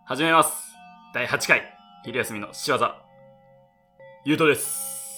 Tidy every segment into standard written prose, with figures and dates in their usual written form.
始めます。第8回昼休みの仕業、ゆうとです。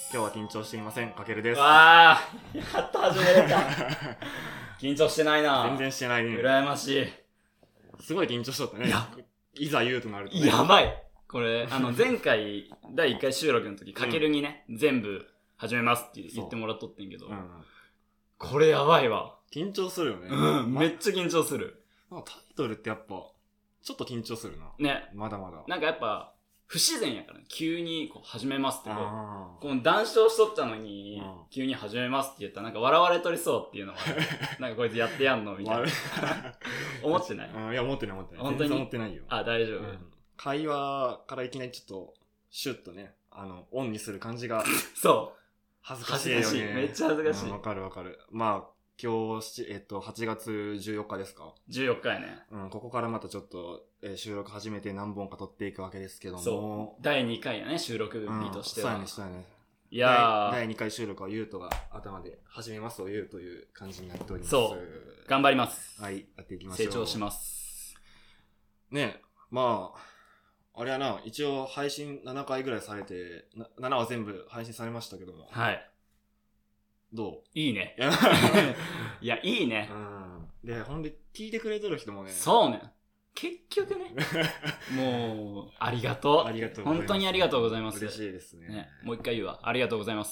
今日は緊張していません、かけるです。 わー、やっと始めれた。緊張してないな。 全然してないね。 羨ましい。 すごい緊張しとったね。いざ言うとなると、 ね、やばい。これ前回第1回収録の時、かけるにね、全部始めますって言ってもらっとってんけど、これやばいわ。 緊張するよね。 めっちゃ緊張する。 タイトルってやっぱちょっと緊張するな。 ね。 まだまだ。 なんかやっぱ不自然やから、ね、急にこう始めますってこの談笑しとったのに、急に始めますって言ったらなんか笑われとりそうっていうのは、なんかこいつやってやんのみたいな。思ってない？ いや、思ってない。 本当に思ってないよ。 あ、大丈夫。 会話からいきなりちょっと、シュッとね、オンにする感じが。 そう。 恥ずかしいよね。 めっちゃ恥ずかしい。 わかる。まあ、今日、8月14日ですか ?14 日やね。 ここからまたちょっと、収録始めて何本か撮っていくわけですけども。 そう。第2回やね、収録日としては。 そうやね。 いやー。 第2回収録はゆうとが頭で始めますを言うという感じになっております。 そう。頑張ります。 はい、やっていきましょう。 成長します。 ね、まあ、あれはな、一応配信7回ぐらいされて、7は全部配信されましたけども。 はい。 どう？ いいね。いや、いいね。 で、ほんで、聞いてくれてる人もね。 そうね。結局ね。もう、ありがとう。 ありがとうございます。 本当にありがとうございます。 嬉しいですね。 もう一回言うわ。ありがとうございます。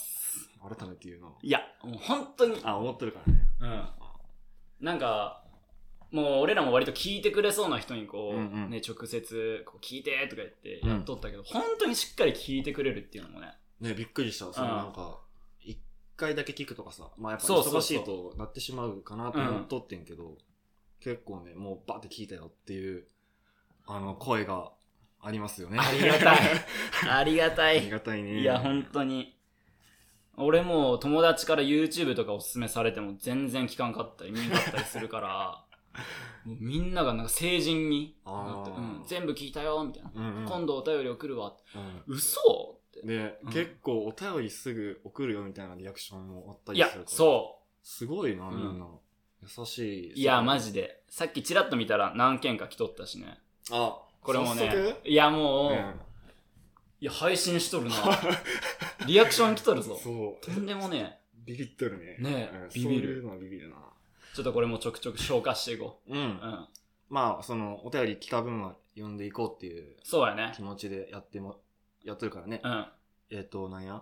改めて言うの。 いや、もう本当に。 思ってるからね。 なんか、もう俺らも割と聞いてくれそうな人にこう、ね、直接こう聞いてとか言ってやっとったけど、本当にしっかり聞いてくれるっていうのもね。 ね、びっくりした。なんか、一回だけ聞くとかさ、まあやっぱ忙しいとなってしまうかなと思っとってんけど、結構ね、もうバッて聞いたよっていう、声がありますよね。 ありがたい。ありがたい。 ありがたいね。 いや、本当に。俺も友達から YouTube とかおすすめされても全然聞かんかったり見んかったりするから、もうみんながなんか成人になって、全部聞いたよみたいな、今度お便り送るわって、嘘ってで、結構お便りすぐ送るよみたいなリアクションもあったりするから。いや、 そうすごいな、みんな。優しい。 いや、マジでさっきチラッと見たら何件か来とったしね。これもね、いやもう、いや配信しとるな。リアクション来とるぞ。とんでもねえ。 ビビっとるね。 ねえ、ビビる。 そういうのはビビるな。 ちょっとこれもちょくちょく消化していこう。 まあ、お便り来た分は読んでいこうっていう。 そうやね。 気持ちでやってるからね。なんや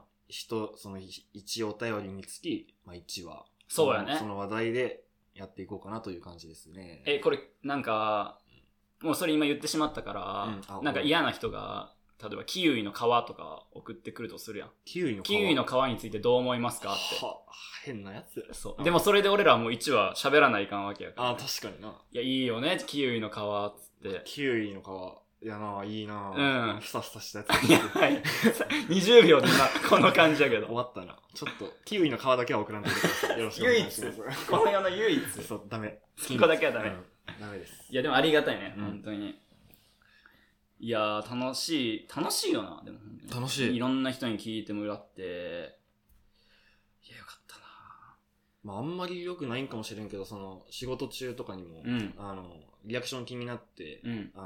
1お便りにつき、まあ1話。 そうやね。 その話題でやっていこうかなという感じですね。 これ、なんか、もうそれ今言ってしまったから、なんか嫌な人が、例えばキウイの皮とか送ってくるとするやん。キウイの皮についてどう思いますかって。 変なやつ。 そう。でもそれで俺らはもう1話喋らないかんわけやから、 ね。確かにな。 いや、いいよね、キウイの皮っつって。 キウイの皮。いやな、いいな。ふさふさしたやつ。 いや、はい。20秒で今、この感じやけど。 終わったな。ちょっと、キウイの皮だけは送らんといてください。よろしくお願いします。 唯一。この世の唯一。 そう、ダメ。 ここだけはダメ。 ダメです。 いや、でもありがたいね、本当に。いやー、楽しいよな、でも。 楽しい。 いろんな人に聞いてもらって、いや、よかったな。 まあ、あんまり良くないんかもしれんけど、仕事中とかにも、リアクション気になって、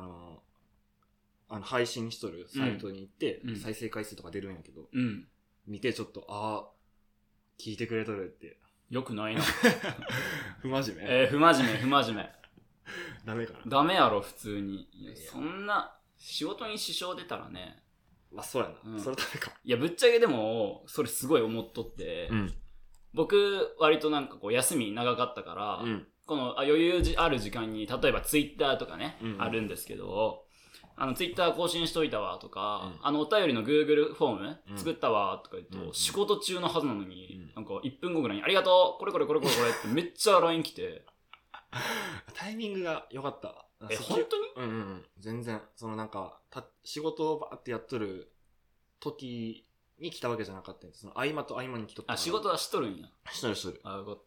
配信しとるサイトに行って、再生回数とか出るんやけど、見てちょっと、聞いてくれとるって。 よくないな。 不真面目。 不真面目。 ダメかな。 ダメやろ、普通に。そんな、仕事に支障出たらね。 まあ、そうやな。それダメか。 いや、ぶっちゃけでも、それすごい思っとって、僕、割となんかこう、休み長かったから、この余裕ある時間に、例えばツイッターとかね、あるんですけど、ツイッター更新しといたわとか、お便りの Google フォーム作ったわとか言うと、仕事中のはずなのに、なんか1分後ぐらいに、ありがとうこれってめっちゃ LINE 来て。 タイミングが良かった。 本当に？全然。なんか、仕事をバーってやっとる時に来たわけじゃなかったんです。合間と合間に来とった。 仕事はしとるんや。 しとる。 よかった。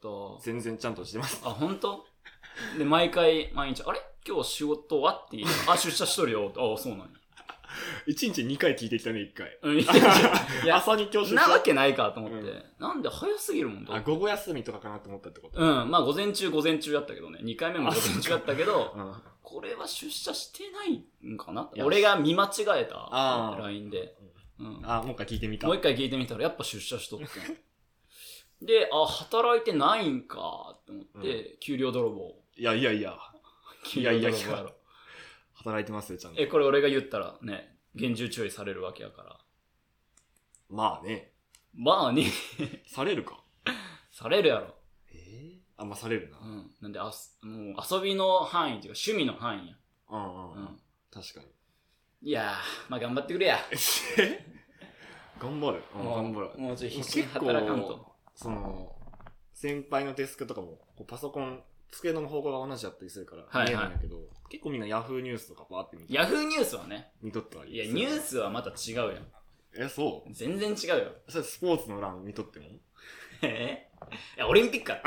全然ちゃんとしてます。 本当？で、毎日、あれ今日仕事終わっていい？出社しとるよ。そうなんや。 1日2回聞いてきたね、1回。 いや、 朝に教師なわけないかと思って。なんで早すぎるもん午後休みとかかなと思ったってこと？ まあ午前中やったけどね。2回目も午前中やったけど、 これは出社してないんかな、 いや俺が見間違えた。 あー LINE で。うん。 もう一回聞いてみた。 もう一回聞いてみたら、やっぱ出社しとってん。で、働いてないんかって思って、給料泥棒。 いや。 給料泥棒やろ。 働いてますよ、ちゃんと。 これ俺が言ったらね、厳重注意されるわけやから。 まあね。 まあね。 されるか。 されるやろ。 まあされるな。 うん。なんで、もう遊びの範囲っていうか趣味の範囲や。 確かに。 いやー、まあ頑張ってくれや。 頑張る。頑張る。 もうちょい必死に働かんと。 先輩のデスクとかも、パソコン、机の方向が同じだったりするから、見えるんだけど、結構みんなヤフーニュースとかバーって見て。 ヤフーニュースはね。 見とったり。 いや、ニュースはまた違うやん。 そう全然違うよ。 それスポーツの欄見とってもいや、オリンピックやった。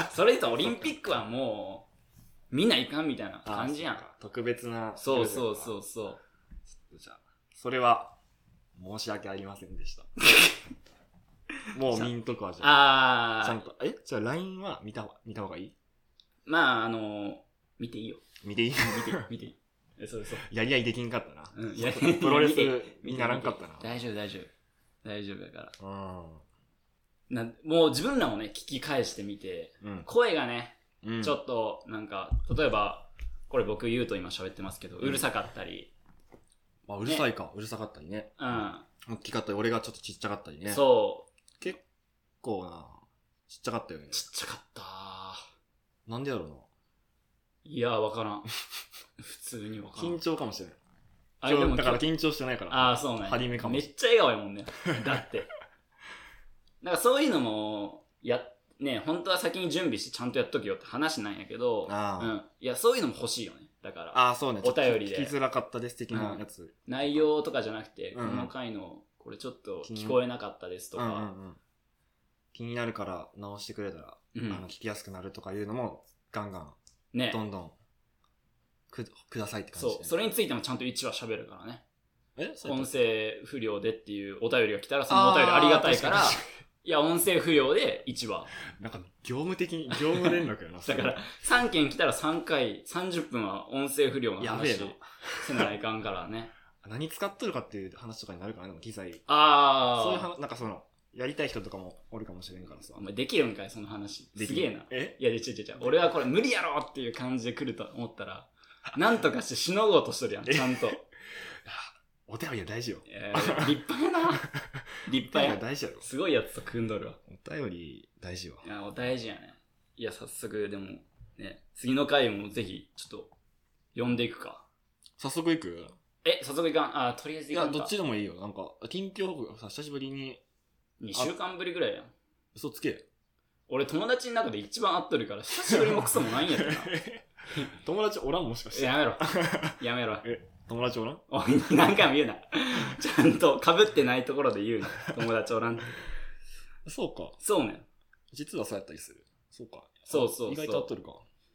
それ言うとオリンピックはもう、みんないかんみたいな感じやん。 特別な。 そう。 じゃあ、それは、申し訳ありませんでした。もう見んとこはじゃあ。ちゃんと、じゃあ LINE は見た方がいい？ まあ、見ていいよ。 見ていい？ 見ていい。そう。 やり合いできんかったな。 プロレスにならんかったな。 大丈夫だから。もう自分らもね、聞き返してみて、声がね、ちょっと、なんか、例えば、これ僕言うと今喋ってますけど、うるさかったり。 うるさいか。うるさかったりね。大きかったり、俺がちょっとちっちゃかったりね。 そう。 結構な、ちっちゃかったよね。 ちっちゃかったなんでやろうな。 いや、わからん。普通にわからん。 緊張かもしれない。だから緊張してないから。 そうね。 初めかもしれない。 めっちゃ笑顔やもんね。だって。なんかそういうのも、ね、本当は先に準備してちゃんとやっとけよって話なんやけど、いや、そういうのも欲しいよね。だから。 そうね。 お便りで。 聞きづらかったです的なやつ。 内容とかじゃなくて、この回の、これちょっと聞こえなかったですとか。 気になるから直してくれたら、聞きやすくなるとかいうのも、ガンガン、 ね。 どんどん、くださいって感じ。 そう。それについてもちゃんと1話喋るからね。音声声不良でっていうお便りが来たら、そのお便りありがたいから、いや、音声不良で1話。 なんか、業務連絡やな。 だから、3件来たら3回、30分は音声不良の話せないかんからね。 何使っとるかっていう話とかになるからね、でも機材。そういう話、なんかやりたい人とかもおるかもしれんからさ。 お前できるんかい、その話。すげえな。 いや、違う。俺はこれ無理やろっていう感じで来ると思ったら、なんとかしてしのごうとしとるやん、ちゃんと。 お便りは大事よ。 立派やな。立派や。 大事やろ。 すごいやつと組んどるわ。 お便り大事よ。 いや、大事やね。いや、早速、でも、ね、次の回もぜひ、ちょっと、呼んでいくか。 早速行く？ 早速行かん。とりあえず行かんか。 いや、どっちでもいいよ。なんか、近況報告さ、久しぶりに。 2週間ぶりぐらいやん。 嘘つけ。 俺、友達の中で一番会っとるから、久しぶりもクソもないんやったな。 友達おらんもしかして。 やめろ。 友達おらん？ おい、何回も言うな。ちゃんと被ってないところで言うな。友達おらんって。 そうか。 そうね。 実はそうやったりする。そうか。 そう。 意外と合っとるか。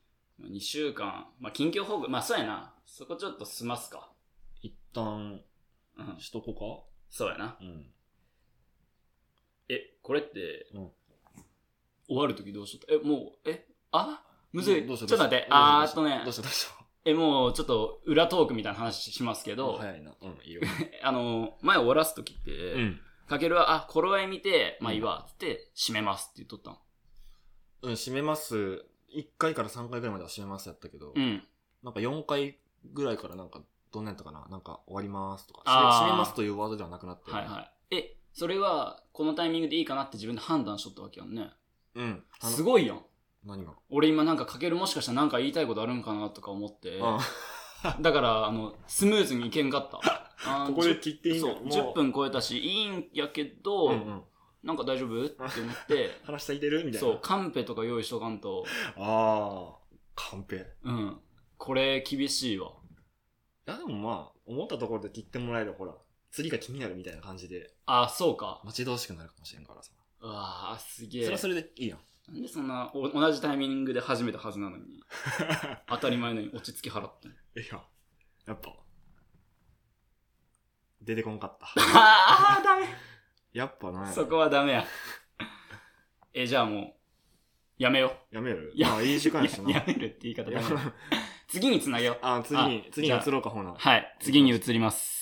2週間。近況報告。そうやな。そこちょっと済ますか。 一旦、しとこか？ そうやな。これって、終わるときどうしとった？もう、むずい。ちょっと待って。 どうしたもうちょっと裏トークみたいな話しますけど、 早いな。いいよ。 前終わらすときって、かけるは、頃合い見て、いいわ、って締めますって言っとったの。 締めます。1回から3回ぐらいまでは締めますやったけど、なんか4回ぐらいからなんか、どんなんやったかな、なんか終わりますとか、締めますというワードではなくなって。 それは、このタイミングでいいかなって自分で判断しとったわけやんね。すごいやん。 何が？ 俺今なんかかけるもしかしたらなんか言いたいことあるんかなとか思って、だからスムーズにいけんかった。 ここで切っていいの？ そう、10分超えたし、いいんやけど、なんか大丈夫って思って。 話したいてるみたいな。 そう、カンペとか用意しとかんと。 カンペ。 これ厳しいわ。 いやでも思ったところで切ってもらえるほら、次が気になるみたいな感じで。 そうか。 待ち遠しくなるかもしれんからさ。 すげえ。 それはそれでいいやん。 なんでそんな同じタイミングで始めたはずなのに当たり前のように落ち着き払ってん。 やっぱ出てこんかった。 ダメ。 やっぱな。 そこはダメや。じゃあもうやめよう。 やめる？いい時間やしな。 やめるって言い方だね。 次につなげよう。 次に移ろうか、ほな。 はい。次に移ります。